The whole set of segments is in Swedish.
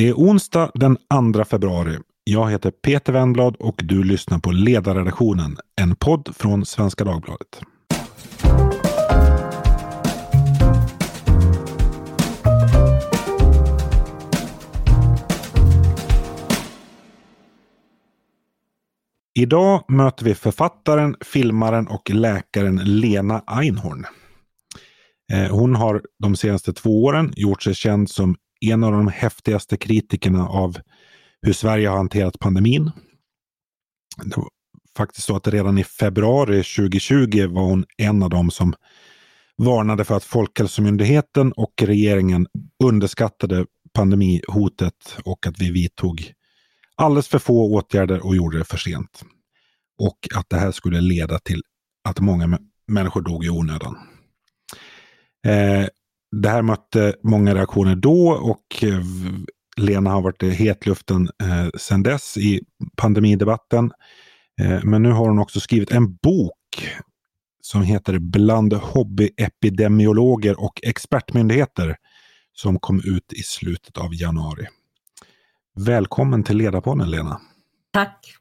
Det är onsdag den 2 februari. Jag heter Peter Wennblad och du lyssnar på Ledarredaktionen, en podd från Svenska Dagbladet. Idag möter vi författaren, filmaren och läkaren Lena Einhorn. Hon har de senaste 2 åren gjort sig känd som en av de häftigaste kritikerna av hur Sverige har hanterat pandemin. Det var faktiskt så att redan i februari 2020 var hon en av dem som varnade för att Folkhälsomyndigheten och regeringen underskattade pandemihotet och att vi vidtog alldeles för få åtgärder och gjorde det för sent. Och att det här skulle leda till att många människor dog i onödan. Det här mötte många reaktioner då och Lena har varit i hetluften sedan dess i pandemidebatten. Men nu har hon också skrivit en bok som heter Bland hobbyepidemiologer och expertmyndigheter som kom ut i slutet av januari. Välkommen till Ledarpodden, Lena. Tack.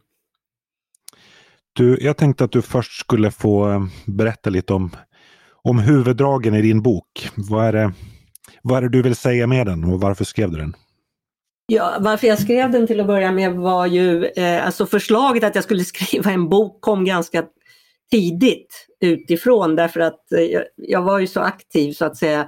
Jag tänkte att du först skulle få berätta lite om huvuddragen i din bok. Vad är det du vill säga med den och varför skrev du den? Ja, varför jag skrev den till att börja med var ju, alltså förslaget att jag skulle skriva en bok kom ganska tidigt utifrån, därför att jag var ju så aktiv så att säga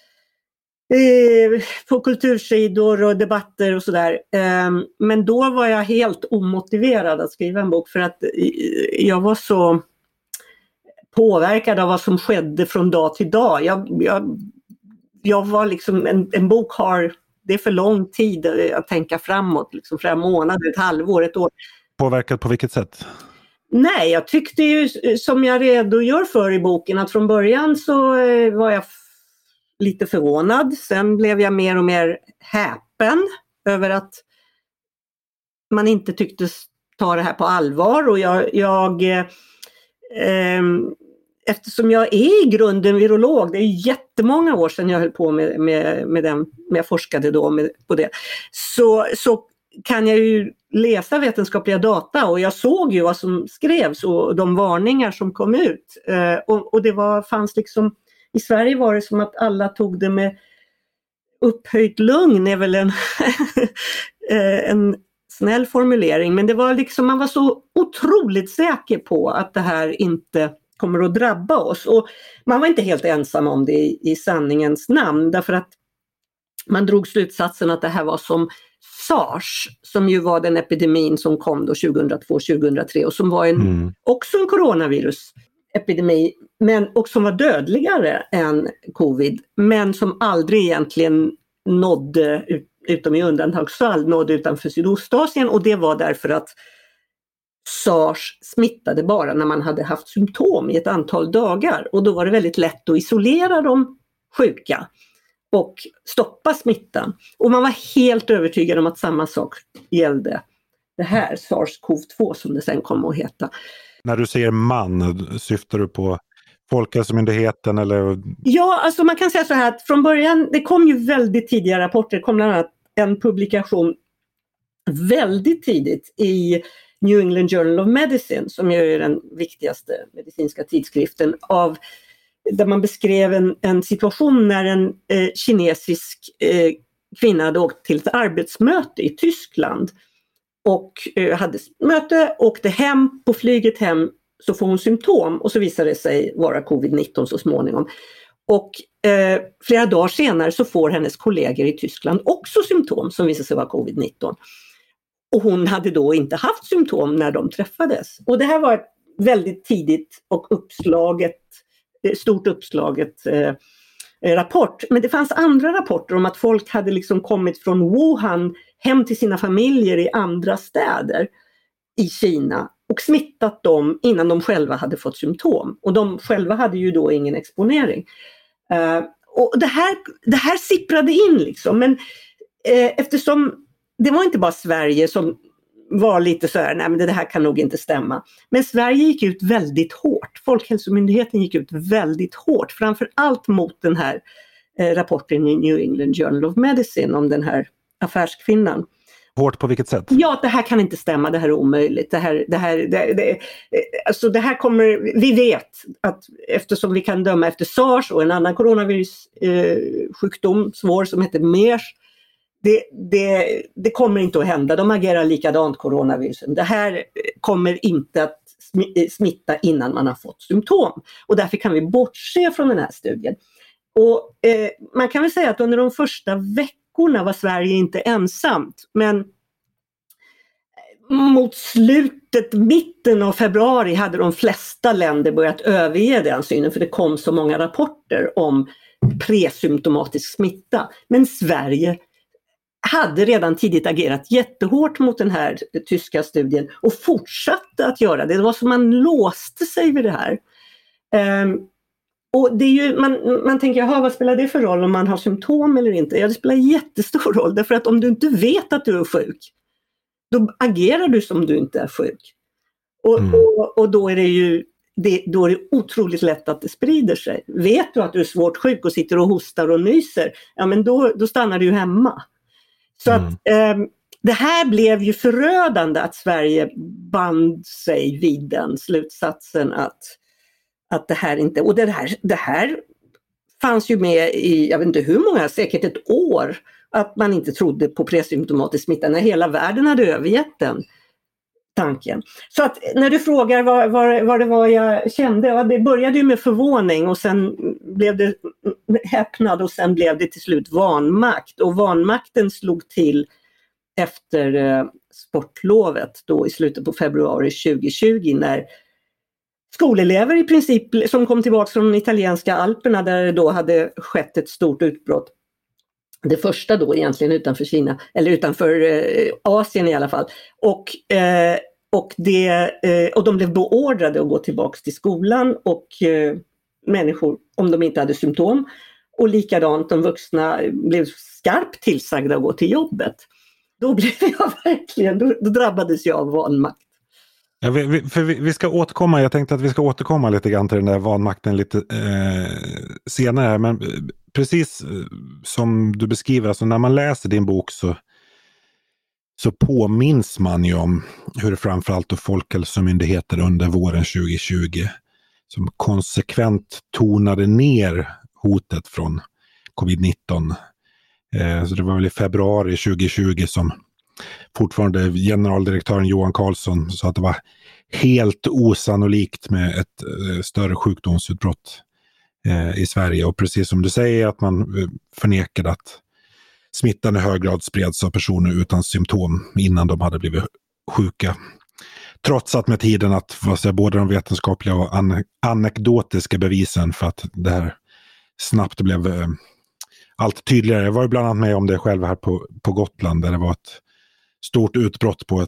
på kultursidor och debatter och sådär. Men då var jag helt omotiverad att skriva en bok för att jag var så påverkad av vad som skedde från dag till dag. Jag var liksom, en bok det är för lång tid att tänka framåt, liksom flera månader, ett halvår, ett år. Påverkad på vilket sätt? Nej, jag tyckte ju, som jag redogör för i boken, att från början så var jag lite förvånad. Sen blev jag mer och mer häpen över att man inte tycktes ta det här på allvar. Och eftersom jag är i grunden virolog, det är jättemånga år sedan jag höll på med jag forskade då på det, så kan jag ju läsa vetenskapliga data och jag såg ju vad som skrevs och de varningar som kom ut. Och det fanns liksom, i Sverige var det som att alla tog det med upphöjt lugn, är väl en snäll formulering, men det var liksom, man var så otroligt säker på att det här inte kommer att drabba oss, och man var inte helt ensam om det i sanningens namn, därför att man drog slutsatsen att det här var som SARS, som ju var den epidemin som kom då 2002-2003 och som var också en coronavirusepidemi, och som var dödligare än covid, men som aldrig egentligen nådde, utom i undantagsfall, nådde utanför Sydostasien, och det var därför att SARS smittade bara när man hade haft symptom i ett antal dagar, och då var det väldigt lätt att isolera de sjuka och stoppa smittan. Och man var helt övertygad om att samma sak gällde det här SARS-CoV-2 som det sen kom att heta. När du säger man, syftar du på Folkhälsomyndigheten eller? Ja, alltså man kan säga så här att från början, det kom ju väldigt tidiga rapporter. Det kom bland annat en publikation väldigt tidigt i New England Journal of Medicine, som ju är den viktigaste medicinska tidskriften, där man beskrev en situation när en kinesisk kvinna hade åkt till ett arbetsmöte i Tyskland och hade möte, åkte hem, på flyget hem så får hon symptom och så visade det sig vara covid-19 så småningom. Och flera dagar senare så får hennes kollegor i Tyskland också symptom som visade sig vara covid-19. Och hon hade då inte haft symptom när de träffades. Och det här var ett väldigt tidigt och stort uppslaget rapport. Men det fanns andra rapporter om att folk hade liksom kommit från Wuhan hem till sina familjer i andra städer i Kina och smittat dem innan de själva hade fått symptom. Och de själva hade ju då ingen exponering. Och det här sipprade in liksom. Men eftersom det var inte bara Sverige som var lite så här, nej men det här kan nog inte stämma. Men Sverige gick ut väldigt hårt. Folkhälsomyndigheten gick ut väldigt hårt. Framför allt mot den här rapporten i New England Journal of Medicine om den här affärskvinnan. Hårt på vilket sätt? Ja, det här kan inte stämma, det här är omöjligt. Det här kommer, vi vet att eftersom vi kan döma efter SARS och en annan coronavirussjukdom svår som heter MERS, det kommer inte att hända. De agerar likadant, coronavirusen. Det här kommer inte att smitta innan man har fått symptom. Och därför kan vi bortse från den här studien. Och man kan väl säga att under de första veckorna var Sverige inte ensamt. Men mot mitten av februari hade de flesta länder börjat överge den synen. För det kom så många rapporter om presymptomatisk smitta. Men Sverige hade redan tidigt agerat jättehårt mot den här tyska studien och fortsatte att göra det. Det var som man låste sig vid det här. Och det är ju, man tänker, vad spelar det för roll om man har symptom eller inte? Ja, det spelar jättestor roll, därför att om du inte vet att du är sjuk, då agerar du som du inte är sjuk. Och då är det ju då är det otroligt lätt att det sprider sig. Vet du att du är svårt sjuk och sitter och hostar och nyser, ja men då stannar du ju hemma. Så att det här blev ju förödande att Sverige band sig vid den slutsatsen att det här inte, och det här fanns ju med i, jag vet inte hur många, säkert ett år, att man inte trodde på presymptomatisk smitta när hela världen hade övergett den tanken. Så att när du frågar vad det var jag kände, ja, det började ju med förvåning och sen blev det häpnad och sen blev det till slut vanmakt. Och vanmakten slog till efter sportlovet då i slutet på februari 2020 när skolelever i princip som kom tillbaka från de italienska Alperna där det då hade skett ett stort utbrott. Det första då egentligen utanför Kina, eller utanför Asien i alla fall. Och de blev beordrade att gå tillbaka till skolan och människor, om de inte hade symptom. Och likadant, de vuxna blev skarpt tillsagda att gå till jobbet. Då blev jag verkligen, då drabbades jag av vanmakt. Ja, vi ska återkomma, jag tänkte att vi ska återkomma lite grann till den där vanmakten lite senare. Men precis som du beskriver, alltså när man läser din bok så påminns man ju om hur det framförallt och Folkhälsomyndigheter under våren 2020 som konsekvent tonade ner hotet från covid-19. Så det var väl i februari 2020 som fortfarande generaldirektören Johan Carlsson sa att det var helt osannolikt med ett större sjukdomsutbrott i Sverige. Och precis som du säger att man förnekade att smittan i hög grad spreds av personer utan symptom innan de hade blivit sjuka. Trots att med tiden att både de vetenskapliga och anekdotiska bevisen för att det här snabbt blev allt tydligare. Jag var bland annat med om det själv här på Gotland där det var ett stort utbrott på ett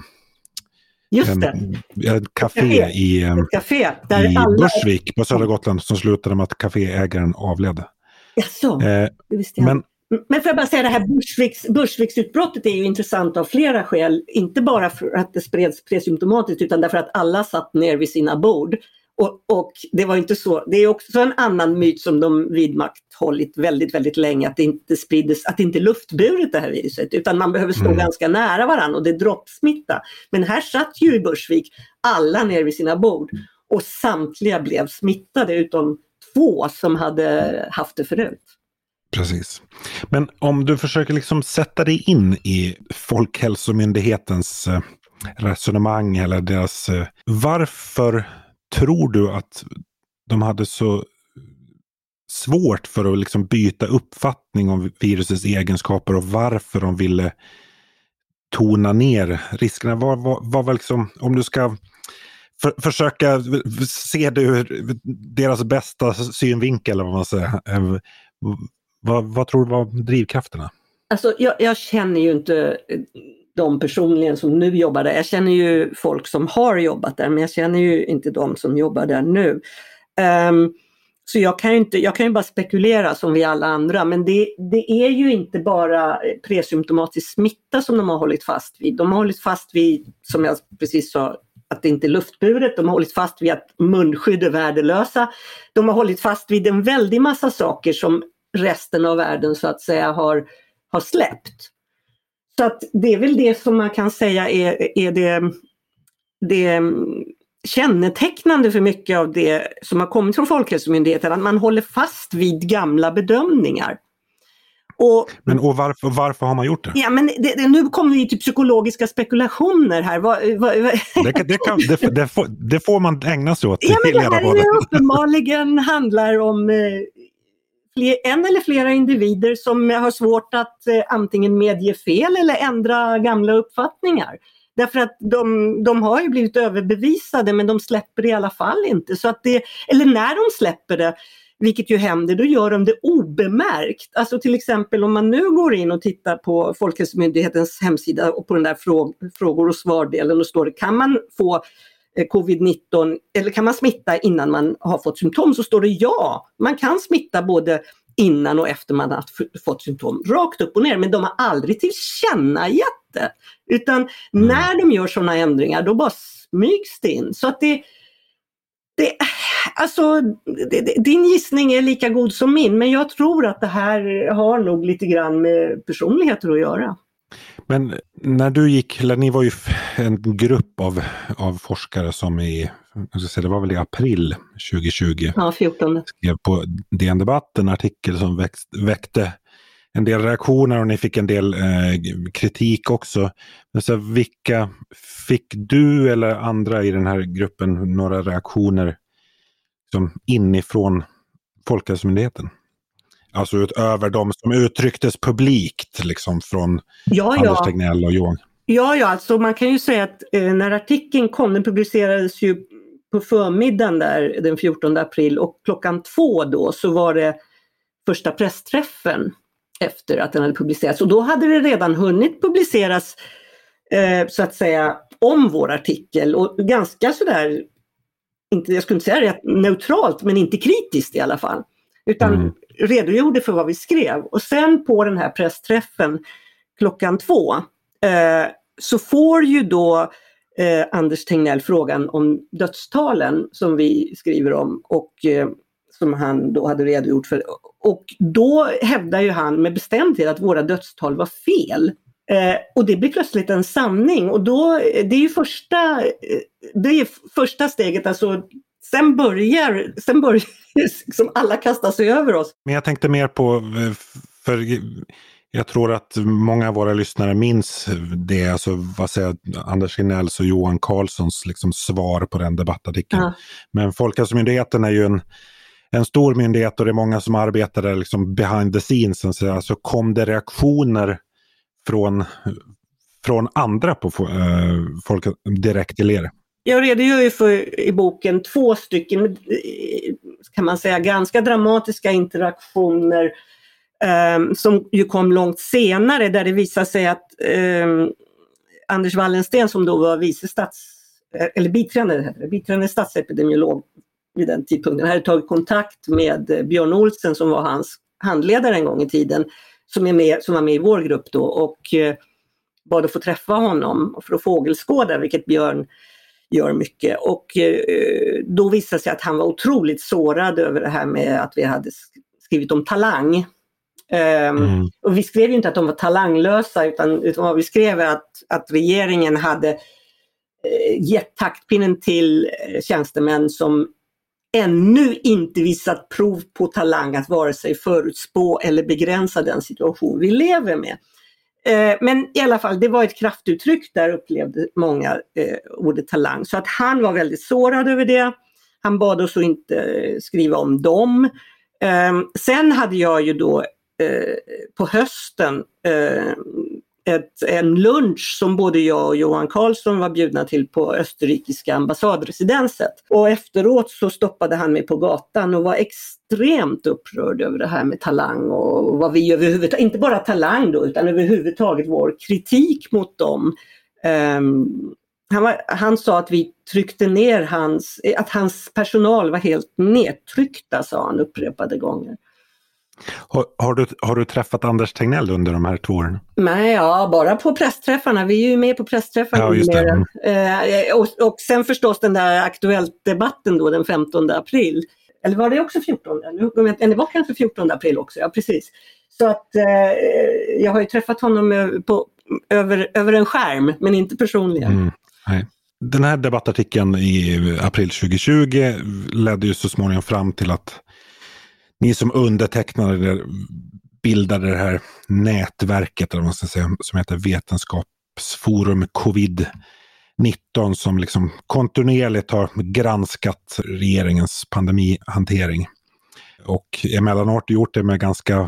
café i Bursvik på södra Gotland som slutade med att kaféägaren avled. Jaså, det visste jag. Men för att bara säga det här Bursviksutbrottet är ju intressant av flera skäl. Inte bara för att det spreds presymptomatiskt utan därför att alla satt ner vid sina bord. Och det var inte så. Det är också en annan myt som de vidmakthållit väldigt, väldigt länge, att det inte sprids, att det inte är luftburet det här viruset, utan man behöver stå ganska nära varandra och det är droppsmitta. Men här satt ju i Bursvik alla ner vid sina bord och samtliga blev smittade utom 2 som hade haft det förut. Precis. Men om du försöker liksom sätta dig in i Folkhälsomyndighetens resonemang eller deras varför tror du att de hade så svårt för att liksom byta uppfattning om virusets egenskaper och varför de ville tona ner riskerna? Vad var liksom, om du ska försöka se det ur deras bästa synvinkel eller vad man säger, vad tror du var drivkrafterna? Alltså jag känner ju inte de personligen som nu jobbar där. Jag känner ju folk som har jobbat där, men jag känner ju inte de som jobbar där nu. Så jag kan ju bara spekulera som vi alla andra, men det är ju inte bara presymptomatisk smitta som de har hållit fast vid. De har hållit fast vid, som jag precis sa, att det inte är luftburet. De har hållit fast vid att munskydd är värdelösa. De har hållit fast vid en väldig massa saker som resten av världen så att säga har släppt. Så att det är väl det som man kan säga är det kännetecknande för mycket av det som har kommit från Folkhälsomyndigheten, att man håller fast vid gamla bedömningar. Och varför har man gjort det? Ja, men nu kommer vi till psykologiska spekulationer här. Det får man ägna sig åt. Ja, men det här är uppenbarligen handlar om en eller flera individer som har svårt att antingen medge fel eller ändra gamla uppfattningar. Därför att de har ju blivit överbevisade, men de släpper det i alla fall inte. Så att eller när de släpper det, vilket ju händer, då gör de det obemärkt. Alltså till exempel om man nu går in och tittar på Folkhälsomyndighetens hemsida och på den där frågor och svardelen, och står det, kan man få covid-19 eller kan man smitta innan man har fått symptom, så står det ja. Man kan smitta både innan och efter man har fått symptom, rakt upp och ner, men de har aldrig tillkännagett det. Utan när de gör sådana ändringar, då bara smygs det in. Så att din gissning är lika god som min, men jag tror att det här har nog lite grann med personligheter att göra. Men när du ni var ju en grupp av forskare som det var väl i april 2020. Ja, 14. Skrev på DN Debatt en artikel som väckte en del reaktioner, och ni fick en del kritik också. Men så vilka fick du eller andra i den här gruppen några reaktioner som inifrån Folkhälsomyndigheten? Alltså utöver de som uttrycktes publikt liksom från Anders Tegnell och Johan. Ja, alltså man kan ju säga att när artikeln kom, den publicerades ju på förmiddagen där den 14 april, och 2:00 då så var det första pressträffen efter att den hade publicerats. Och då hade det redan hunnit publiceras så att säga om vår artikel, och ganska sådär, jag skulle inte säga rätt neutralt, men inte kritiskt i alla fall. Utan redogjorde för vad vi skrev. Och sen på den här pressträffen 2:00 så får ju då Anders Tegnell frågan om dödstalen som vi skriver om, och som han då hade redogjort för. Och då hävdar ju han med bestämdhet att våra dödstal var fel. Och det blir plötsligt en sanning. Och då, det är ju första steget, alltså sen börjar liksom alla kasta sig över oss. Men jag tänkte mer på, för jag tror att många av våra lyssnare minns det, alltså vad säger Anders Tegnells och Johan Carlssons liksom svar på den debattartikeln. Ja. Men Folkhälsomyndigheten är ju en stor myndighet, och det är många som arbetar där liksom behind the scenes. Så alltså kom det reaktioner från andra på folk direkt till er? Jag redogör ju för i boken 2 stycken, kan man säga, ganska dramatiska interaktioner som ju kom långt senare, där det visade sig att Anders Wallensten, som då var biträdande statsepidemiolog vid den tidpunkten, hade tagit kontakt med Björn Olsen, som var hans handledare en gång i tiden, som var med i vår grupp då, och bad att få träffa honom för att fågelskåda, vilket Björn gör mycket. Och då visade sig att han var otroligt sårad över det här med att vi hade skrivit om talang. Och vi skrev ju inte att de var talanglösa, utan vad vi skrev är att regeringen hade gett taktpinnen till tjänstemän som ännu inte visat prov på talang att vare sig förutspå eller begränsa den situation vi lever med. Men i alla fall, det var ett kraftuttryck där, upplevde många ordet talang. Så att han var väldigt sårad över det. Han bad oss att inte skriva om dem. Sen hade jag ju då på hösten en lunch som både jag och Johan Carlsson var bjudna till på österrikiska ambassadresidenset. Och efteråt så stoppade han mig på gatan och var extremt upprörd över det här med talang, och vad vi överhuvudtaget, inte bara talang då, utan överhuvudtaget vår kritik mot dem. Han sa att vi tryckte ner att hans personal var helt nedtryckta, sa han upprepade gånger. Har du träffat Anders Tegnell under de här 2 åren? Nej, bara på pressträffarna. Vi är ju med på pressträffarna. Ja, just det. Och sen förstås den där Aktuellt-debatten då den 15 april. Eller var det också 14? Det var kanske 14 april också, ja precis. Så att jag har ju träffat honom över en skärm, men inte personligen. Nej. Den här debattartikeln i april 2020 ledde ju så småningom fram till att ni som undertecknade bildade det här nätverket, eller vad man ska säga, som heter Vetenskapsforum Covid-19, som liksom kontinuerligt har granskat regeringens pandemihantering. Och emellanåt gjort det med ganska,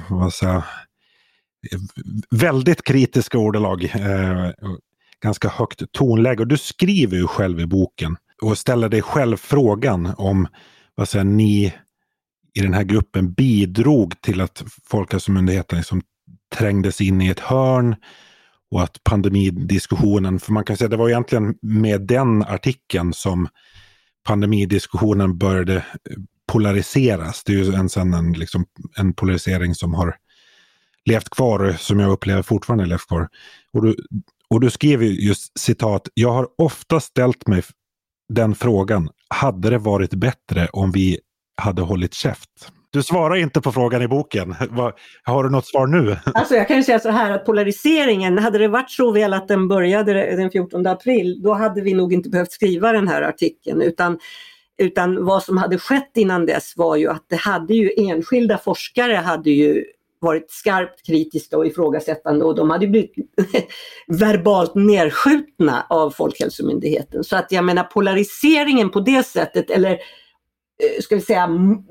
väldigt kritiska ordalag, ganska högt tonläge. Och du skriver ju själv i boken och ställer dig själv frågan om ni i den här gruppen bidrog till att Folkhälsomyndigheten liksom trängdes in i ett hörn, och att pandemidiskussionen, för man kan säga det var egentligen med den artikeln som pandemidiskussionen började polariseras. Det är ju en polarisering som har levt kvar, som jag upplever fortfarande levt kvar. Och du skrev just citat: "Jag har ofta ställt mig den frågan, hade det varit bättre om vi hade hållit käft?" Du svarar inte på frågan i boken. Har du något svar nu? Alltså jag kan ju säga så här, att polariseringen, hade det varit så väl att den började den 14 april, då hade vi nog inte behövt skriva den här artikeln, utan vad som hade skett innan dess var ju att det hade ju enskilda forskare hade ju varit skarpt kritiska och ifrågasättande, och de hade blivit verbalt nedskjutna av Folkhälsomyndigheten. Så att jag menar, polariseringen på det sättet, eller ska vi säga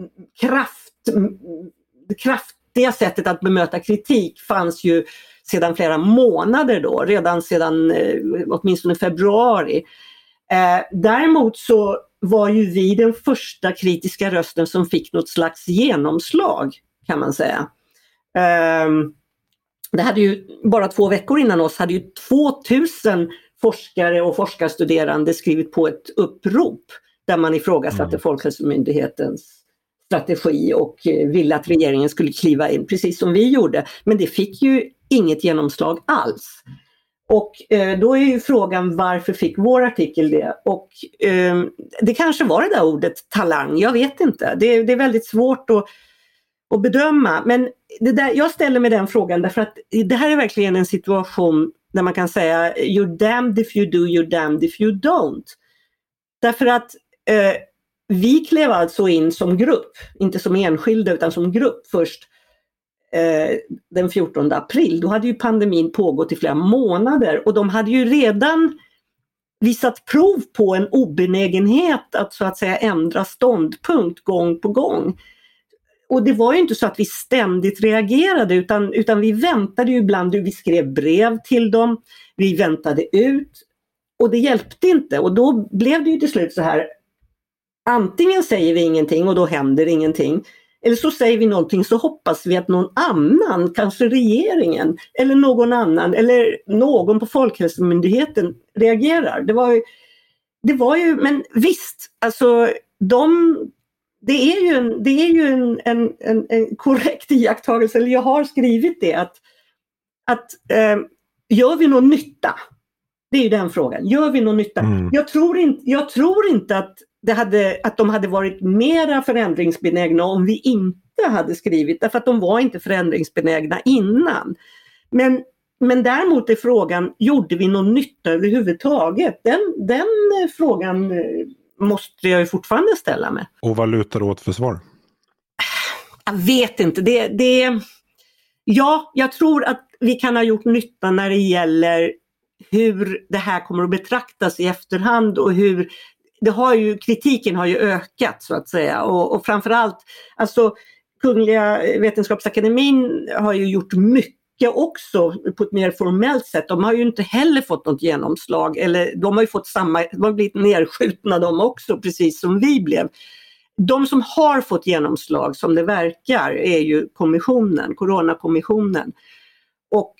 kraftiga sättet att bemöta kritik, fanns ju sedan flera månader då, redan sedan åtminstone februari. Däremot så var ju vi den första kritiska rösten som fick något slags genomslag, kan man säga. Det hade ju bara 2 veckor innan oss hade ju 2000 forskare och forskarstuderande skrivit på ett upprop där man ifrågasatte Folkhälsomyndighetens strategi och ville att regeringen skulle kliva in, precis som vi gjorde. Men det fick ju inget genomslag alls. Och då är ju frågan, varför fick vår artikel det? Och det kanske var det där ordet talang, jag vet inte. Det är väldigt svårt att bedöma. Men jag ställer mig den frågan därför att det här är verkligen en situation där man kan säga you're damned if you do, you're damned if you don't. Därför att vi klev alltså in som grupp, inte som enskilda utan som grupp först den 14 april. Då hade ju pandemin pågått i flera månader, och de hade ju redan visat prov på en obenägenhet att så att säga ändra ståndpunkt gång på gång. Och det var ju inte så att vi ständigt reagerade, utan vi väntade ju ibland, vi skrev brev till dem, vi väntade ut, och det hjälpte inte. Och då blev det ju till slut så här, antingen säger vi ingenting och då händer ingenting, eller så säger vi någonting så hoppas vi att någon annan, kanske regeringen eller någon annan eller någon på Folkhälsomyndigheten reagerar. Det var ju, men visst, alltså det är ju en korrekt iakttagelse, eller jag har skrivit det, att gör vi någon nytta? Det är ju den frågan. Gör vi någon nytta? Jag tror inte att de hade varit mera förändringsbenägna om vi inte hade skrivit, därför att de var inte förändringsbenägna innan. Men däremot är frågan, gjorde vi någon nytta överhuvudtaget? Den frågan måste jag ju fortfarande ställa mig. Och vad lutar du åt för svar? Jag vet inte. Ja, jag tror att vi kan ha gjort nytta när det gäller hur det här kommer att betraktas i efterhand, och hur kritiken har ju ökat så att säga, och framförallt alltså Kungliga Vetenskapsakademin har ju gjort mycket också på ett mer formellt sätt. De har ju inte heller fått något genomslag, eller de har ju fått de har blivit nedskjutna de också, precis som vi blev. De som har fått genomslag som det verkar är ju Coronakommissionen. Och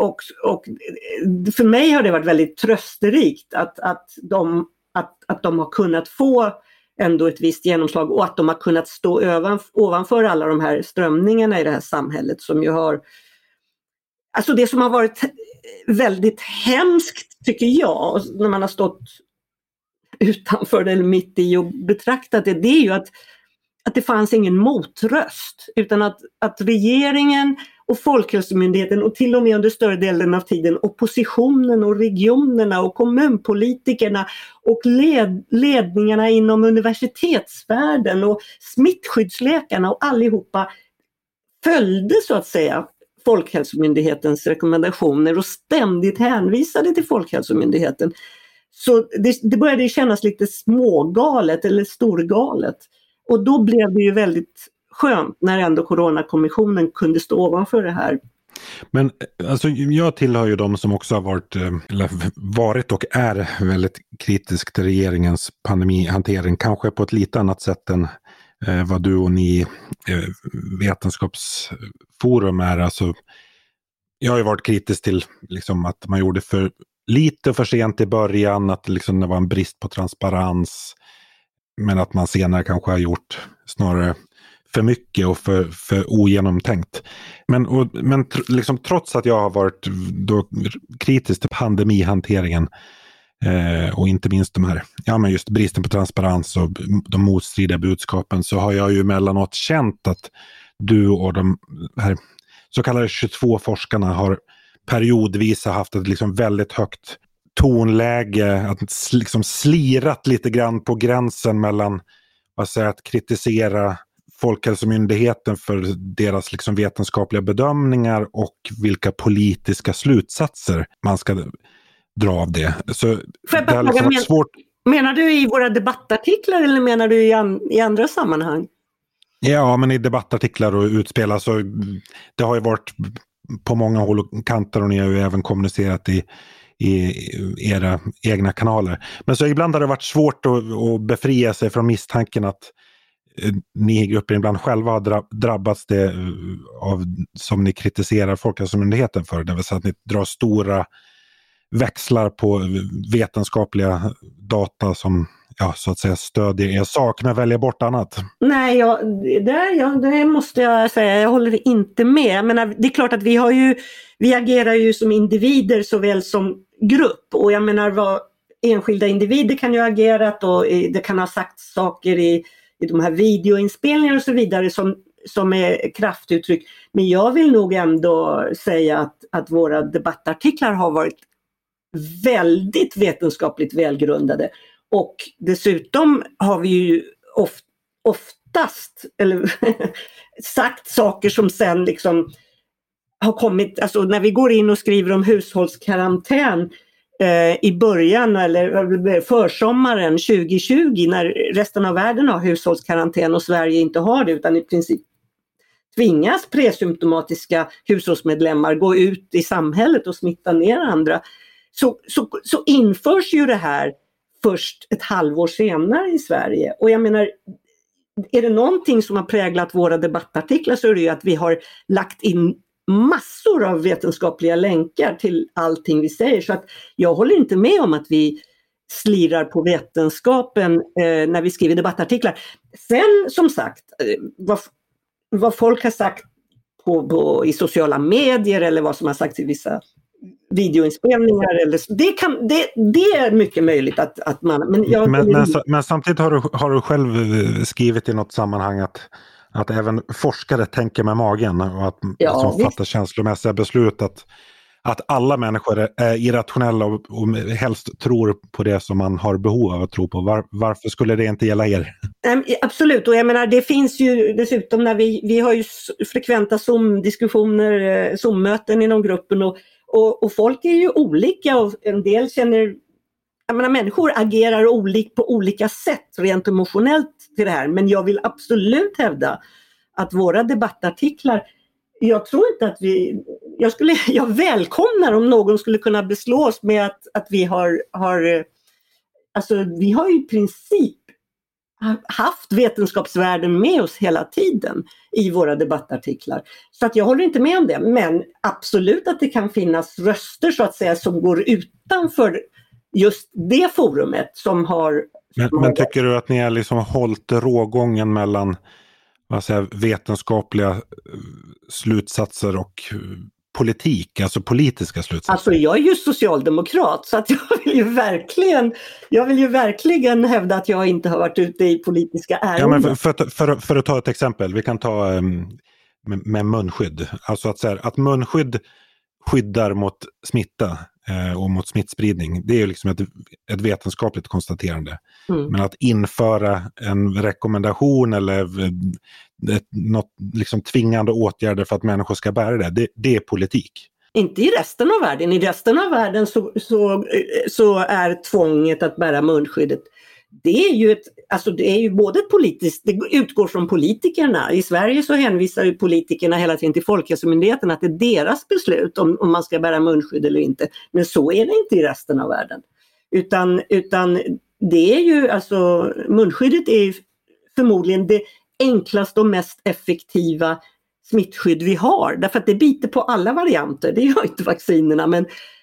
för mig har det varit väldigt trösterikt att de har kunnat få ändå ett visst genomslag, och att de har kunnat stå ovanför alla de här strömningarna i det här samhället som ju har, alltså det som har varit väldigt hemskt tycker jag när man har stått utanför eller mitt i och betraktat det är ju att det fanns ingen motröst, utan att regeringen och Folkhälsomyndigheten och till och med under större delen av tiden oppositionen och regionerna och kommunpolitikerna och ledningarna inom universitetsvärlden och smittskyddsläkarna och allihopa följde så att säga Folkhälsomyndighetens rekommendationer och ständigt hänvisade till Folkhälsomyndigheten. Så det började kännas lite smågalet eller storgalet. Och då blev det ju väldigt skönt när ändå Coronakommissionen kunde stå ovanför det här. Men alltså, jag tillhör ju de som också har varit och är väldigt kritisk till regeringens pandemihantering. Kanske på ett lite annat sätt än vad du och ni vetenskapsforum är. Alltså, jag har ju varit kritisk till liksom, att man gjorde för lite för sent i början, att liksom, det var en brist på transparens, men att man senare kanske har gjort snarare för mycket och för ogenomtänkt. Men liksom, trots att jag har varit då kritisk till pandemihanteringen och inte minst men just bristen på transparens och de motstridiga budskapen, så har jag ju emellanåt känt att du och de här så kallade 22 forskarna har periodvis haft ett liksom väldigt högt tonläge, att liksom slirat lite grann på gränsen mellan att kritisera Folkhälsomyndigheten för deras liksom vetenskapliga bedömningar och vilka politiska slutsatser man ska dra av det. Så det har liksom varit svårt. Menar du i våra debattartiklar eller menar du i andra sammanhang? Ja, men i debattartiklar och utspel. Så det har ju varit på många håll och kanter, och ni har ju även kommunicerat i era egna kanaler. Men så ibland har det varit svårt att befria sig från misstanken att ni i gruppen ibland själva har drabbats det av, som ni kritiserar Folkhälsomyndigheten för, det vill säga att ni drar stora växlar på vetenskapliga data som så att säga stödjer er sak, men väljer bort annat. Nej, det måste jag säga, jag håller inte med. Men det är klart att vi agerar ju som individer såväl som grupp, och jag menar vad enskilda individer kan ju ha agerat, och det kan ha sagt saker i de här videoinspelningarna och så vidare som är kraftuttryck. Men jag vill nog ändå säga att våra debattartiklar har varit väldigt vetenskapligt välgrundade. Och dessutom har vi ju oftast sagt saker som sen liksom har kommit, alltså när vi går in och skriver om hushållskarantän i början eller försommaren 2020, när resten av världen har hushållskarantän och Sverige inte har det, utan i princip tvingas presymptomatiska hushållsmedlemmar gå ut i samhället och smitta ner andra, så införs ju det här först ett halvår senare i Sverige. Och jag menar, är det någonting som har präglat våra debattartiklar, så är det ju att vi har lagt in massor av vetenskapliga länkar till allting vi säger. Så att jag håller inte med om att vi slirar på vetenskapen när vi skriver debattartiklar. Sen som sagt, vad folk har sagt i sociala medier eller vad som har sagts i vissa videoinspelningar, eller det är mycket möjligt att man... Men samtidigt har du själv skrivit i något sammanhang att även forskare tänker med magen och att som fattar känslomässiga beslut, att alla människor är irrationella och helst tror på det som man har behov av att tro på. Varför skulle det inte gälla er? Absolut, och jag menar, det finns ju dessutom när vi har ju frekventa Zoom-diskussioner, Zoom-möten inom gruppen, och folk är ju olika, och en del människor agerar på olika sätt rent emotionellt till det här. Men jag vill absolut hävda att våra debattartiklar, jag tror inte att jag välkomnar om någon skulle kunna beslås med att vi har vi har ju i princip haft vetenskapsvärlden med oss hela tiden i våra debattartiklar. Så att jag håller inte med om det, men absolut att det kan finnas röster så att säga som går utanför just det forumet som har... Men tycker du att ni har liksom hållit rågången mellan vetenskapliga slutsatser och politik, alltså politiska slutsatser? Alltså jag är ju socialdemokrat, så att jag vill ju verkligen hävda att jag inte har varit ute i politiska ärenden. Ja, men för att ta ett exempel, vi kan ta med munskydd. Alltså att munskydd skyddar mot smitta och mot smittspridning. Det är ju liksom ett vetenskapligt konstaterande. Men att införa en rekommendation eller något liksom tvingande åtgärder för att människor ska bära det är politik. Inte i resten av världen. I resten av världen så är tvånget att bära munskyddet. Det är ju både ett politiskt, det utgår från politikerna. I Sverige så hänvisar ju politikerna hela tiden till Folkhälsomyndigheten att det är deras beslut om man ska bära munskydd eller inte. Men så är det inte i resten av världen. Utan det är ju alltså, munskyddet är ju förmodligen det enklaste och mest effektiva smittskydd vi har. Därför att det biter på alla varianter. Det gör inte vaccinerna, men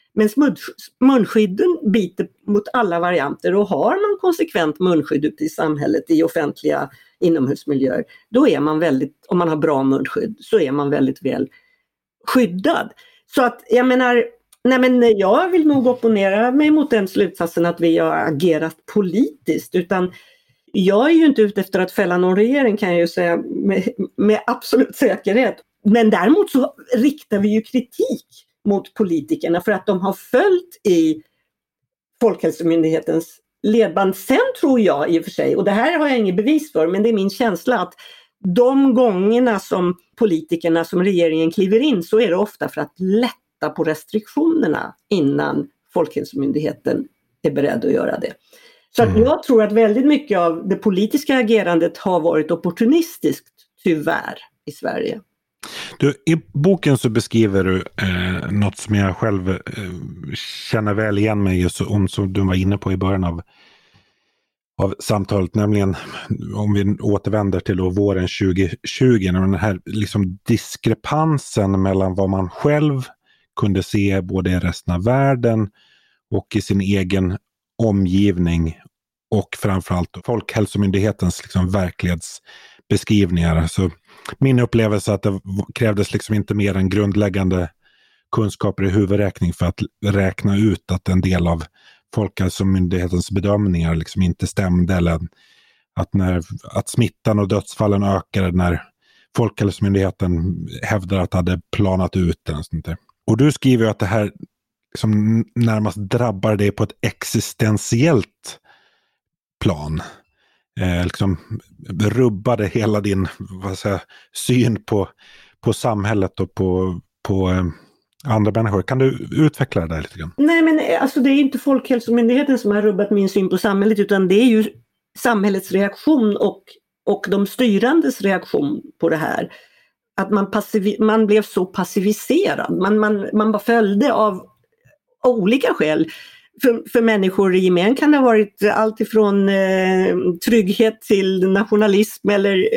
munskydden biter mot alla varianter, och har man konsekvent munskydd ute i samhället i offentliga inomhusmiljöer, då är man om man har bra munskydd så är man väldigt väl skyddad. Så att jag menar, jag vill nog opponera mig mot den slutsatsen att vi har agerat politiskt, utan jag är ju inte ute efter att fälla någon regering, kan jag ju säga med absolut säkerhet. Men däremot så riktar vi ju kritik mot politikerna för att de har följt i Folkhälsomyndighetens ledband. Sen tror jag i och för sig, och det här har jag inget bevis för, men det är min känsla, att de gångerna som politikerna, som regeringen kliver in, så är det ofta för att lätta på restriktionerna innan Folkhälsomyndigheten är beredd att göra det. Så att jag tror att väldigt mycket av det politiska agerandet har varit opportunistiskt, tyvärr, i Sverige. I boken så beskriver du något som jag själv känner väl igen mig om, som du var inne på i början av samtalet, nämligen om vi återvänder till våren 2020, när den här liksom diskrepansen mellan vad man själv kunde se både i resten av världen och i sin egen omgivning, och framförallt Folkhälsomyndighetens liksom verklighetsbeskrivningar. Så min upplevelse är att det krävdes liksom inte mer än grundläggande kunskaper i huvudräkning för att räkna ut att en del av Folkhälsomyndighetens bedömningar liksom inte stämde, eller att smittan och dödsfallen ökade när Folkhälsomyndigheten hävdar att det hade planat ut. Och du skriver att det här som närmast drabbar dig på ett existentiellt plan. Liksom rubbade hela din syn på samhället och på andra människor. Kan du utveckla det där lite grann? Nej, men alltså det är inte Folkhälsomyndigheten som har rubbat min syn på samhället, utan det är ju samhällets reaktion och de styrandes reaktion på det här. Att man blev så passiviserad. Man bara följde av olika skäl. För människor i gemen kan det ha varit allt ifrån trygghet till nationalism, eller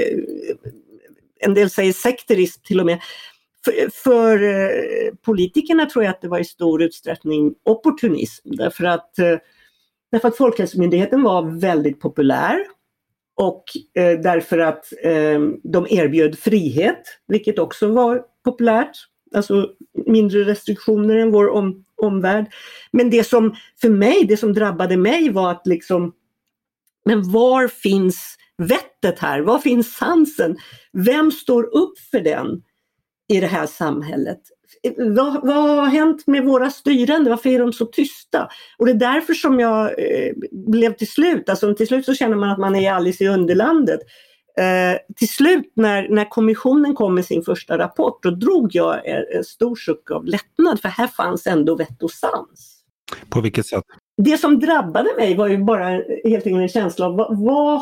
en del säger sekterism till och med. För politikerna tror jag att det var i stor utsträckning opportunism, därför att Folkhälsomyndigheten var väldigt populär, och därför att de erbjöd frihet, vilket också var populärt. Alltså mindre restriktioner än vår omvärld. Men det som drabbade mig var att liksom, men var finns vettet här? Var finns sansen? Vem står upp för den i det här samhället? Vad har hänt med våra styrande? Varför är de så tysta? Och det är därför som jag blev till slut så känner man att man är Alice i Underlandet. Till slut när kommissionen kom med sin första rapport, då drog jag en stor suck av lättnad, för här fanns ändå vett och sans. På vilket sätt? Det som drabbade mig var ju bara helt enkelt en känsla av vad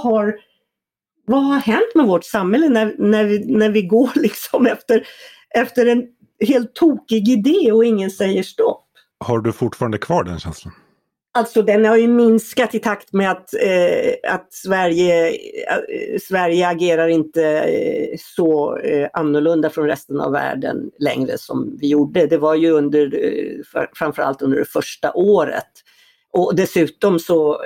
har hänt med vårt samhälle när vi går liksom efter en helt tokig idé och ingen säger stopp. Har du fortfarande kvar den känslan? Alltså den har ju minskat i takt med att Sverige agerar inte så annorlunda från resten av världen längre som vi gjorde. Det var ju framförallt under det första året. Och dessutom så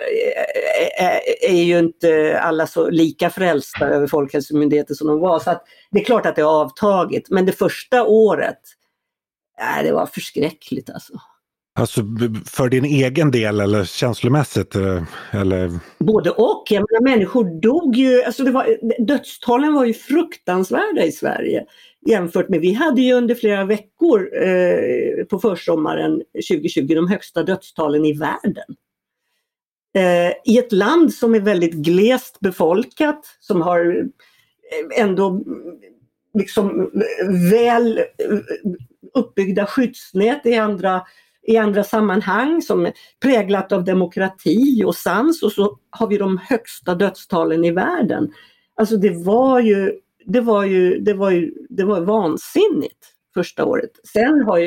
är ju inte alla så lika frälsta över Folkhälsomyndigheten som de var. Så att det är klart att det har avtagit. Men det första året, det var förskräckligt alltså. Alltså för din egen del eller känslomässigt? Eller? Både och. Jag menar, människor dog ju, alltså dödstalen var ju fruktansvärda i Sverige jämfört med, vi hade ju under flera veckor på försommaren 2020 de högsta dödstalen i världen. I ett land som är väldigt glest befolkat, som har ändå liksom väl uppbyggda skyddsnät i andra sammanhang, som är präglat av demokrati och sans, och så har vi de högsta dödstalen i världen. Alltså det var vansinnigt första året. Sen har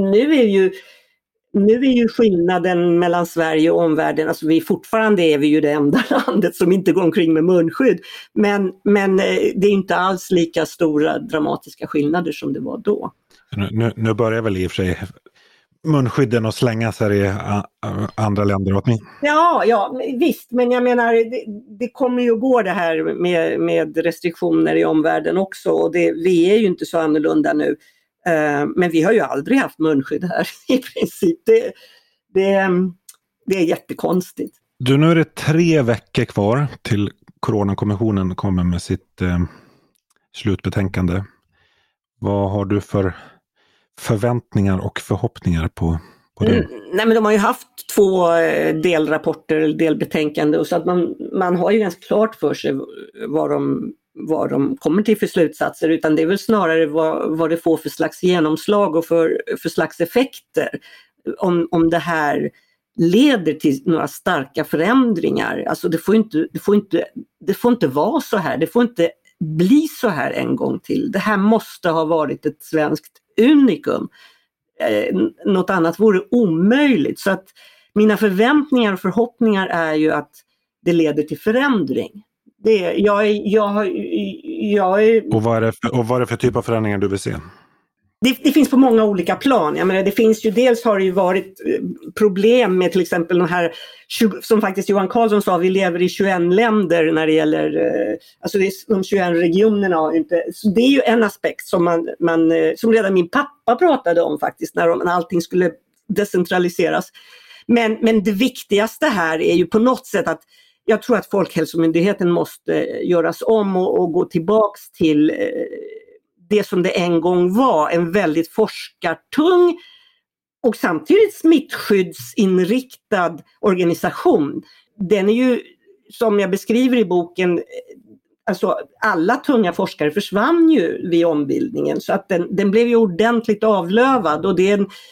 nu är ju skillnaden mellan Sverige och omvärlden, alltså fortfarande är vi ju det enda landet som inte går omkring med munskydd, men det är inte alls lika stora dramatiska skillnader som det var då. Nu börjar väl i och för sig munskydden och slängas här i andra länder åt mig. Ja, visst, men jag menar det kommer ju gå det här med restriktioner i omvärlden också, och vi är ju inte så annorlunda nu. Men vi har ju aldrig haft munskydd här i princip. Det är jättekonstigt. Nu är det 3 veckor kvar till Coronakommissionen kommer med sitt slutbetänkande. Vad har du för förväntningar och förhoppningar på det? Nej, men de har ju haft 2 delrapporter eller delbetänkande, och så att man har ju ganska klart för sig vad de kommer till för slutsatser, utan det är väl snarare vad det får för slags genomslag och för slags effekter. Om det här leder till några starka förändringar. Alltså det får inte vara så här. Det får inte bli så här en gång till. Det här måste ha varit ett svenskt unikum. Något annat vore omöjligt. Så att mina förväntningar och förhoppningar är ju att det leder till förändring. Och vad är det för typ av förändringar du vill se? Det finns på många olika plan. Jag menar, dels har det ju varit problem med till exempel de här, som faktiskt Johan Carlsson sa, vi lever i 21 länder när det gäller, alltså det är de 21 regionerna. Så det är ju en aspekt som som redan min pappa pratade om faktiskt, när allting skulle decentraliseras. Men det viktigaste här är ju på något sätt att jag tror att Folkhälsomyndigheten måste göras om och gå tillbaks till det som det en gång var, en väldigt forskartung och samtidigt smittskyddsinriktad organisation. Den är ju, som jag beskriver i boken, alltså alla tunga forskare försvann ju vid ombildningen, så att den blev ju ordentligt avlövad, och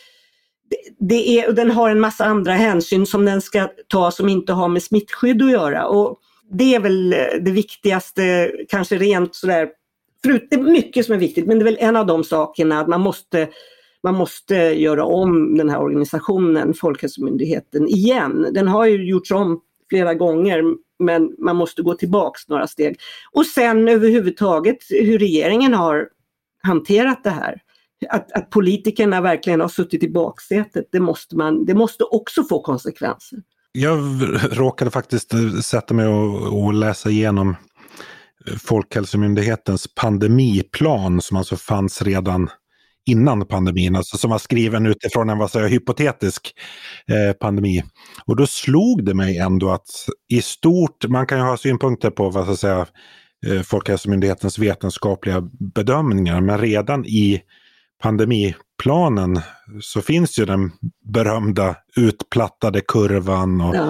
den har en massa andra hänsyn som den ska ta som inte har med smittskydd att göra, och det är väl det viktigaste, kanske rent sådär. Det är mycket som är viktigt, men det är väl en av de sakerna att man måste göra om den här organisationen, Folkhälsomyndigheten, igen. Den har ju gjorts om flera gånger, men man måste gå tillbaks några steg. Och sen överhuvudtaget hur regeringen har hanterat det här. Att politikerna verkligen har suttit i baksätet, det måste också få konsekvenser. Jag råkade faktiskt sätta mig och läsa igenom Folkhälsomyndighetens pandemiplan som alltså fanns redan innan pandemin, alltså som var skriven utifrån en hypotetisk pandemi. Och då slog det mig ändå att i stort, man kan ju ha synpunkter på Folkhälsomyndighetens vetenskapliga bedömningar, men redan i pandemiplanen så finns ju den berömda utplattade kurvan och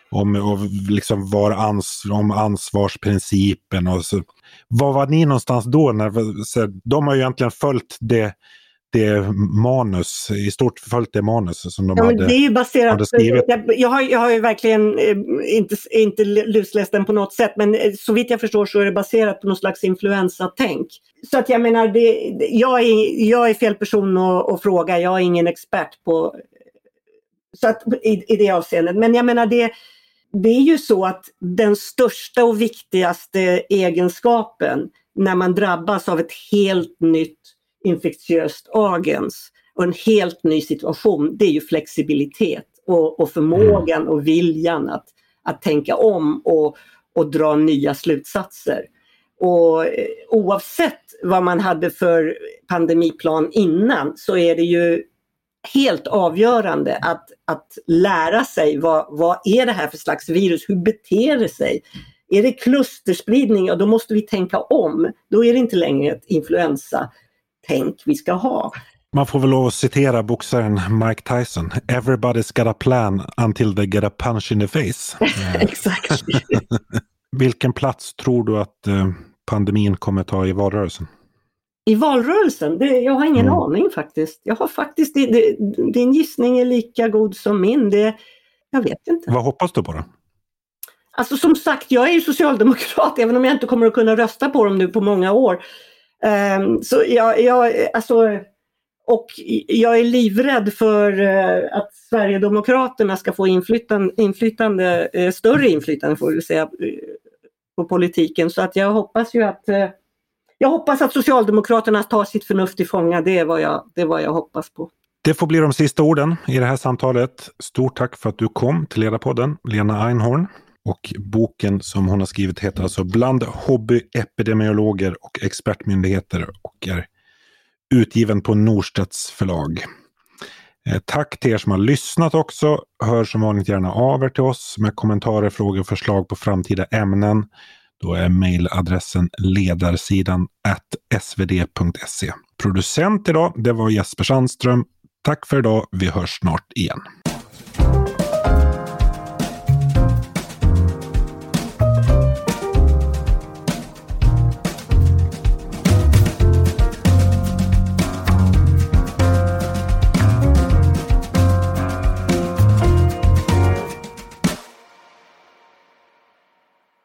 om ansvarsprincipen och så. Var var ni någonstans då? De har ju egentligen följt det manus, i stort följt det manus som de hade. Det är ju baserat, skrivit. Jag har ju verkligen inte lusläst den på något sätt, men så vitt jag förstår så är det baserat på någon slags influensatänk. Så att jag menar, jag är fel person att fråga, jag är ingen expert på, så att i det avseendet. Men jag menar, det är ju så att den största och viktigaste egenskapen när man drabbas av ett helt nytt infektiöst agens och en helt ny situation, det är ju flexibilitet och förmågan och viljan att tänka om och dra nya slutsatser. Och oavsett vad man hade för pandemiplan innan, så är det ju helt avgörande att lära sig vad är det här för slags virus, hur beter det sig? Är det klusterspridning, då måste vi tänka om. Då är det inte längre ett influensa-tänk vi ska ha. Man får väl lov att citera boxaren Mike Tyson. Everybody's got a plan until they get a punch in the face. Exakt. Vilken plats tror du att pandemin kommer ta i valrörelsen? I valrörelsen? Jag har ingen aning faktiskt. Jag har faktiskt, din gissning är lika god som min. Jag vet inte. Vad hoppas du på då? Alltså som sagt, jag är ju socialdemokrat även om jag inte kommer att kunna rösta på dem nu på många år. Så och jag är livrädd för att Sverigedemokraterna ska få större inflytande får vi säga, på politiken. Så att jag hoppas att Socialdemokraterna tar sitt förnuft i fånga. Det är vad jag hoppas på. Det får bli de sista orden i det här samtalet. Stort tack för att du kom till Ledarpodden, Lena Einhorn. Och boken som hon har skrivit heter alltså Bland hobbyepidemiologer och expertmyndigheter och är utgiven på Norstedts förlag. Tack till er som har lyssnat också. Hör som vanligt gärna av er till oss med kommentarer, frågor och förslag på framtida ämnen. Då är mejladressen ledarsidan@svd.se. Producent idag, det var Jesper Sandström. Tack för idag, vi hörs snart igen.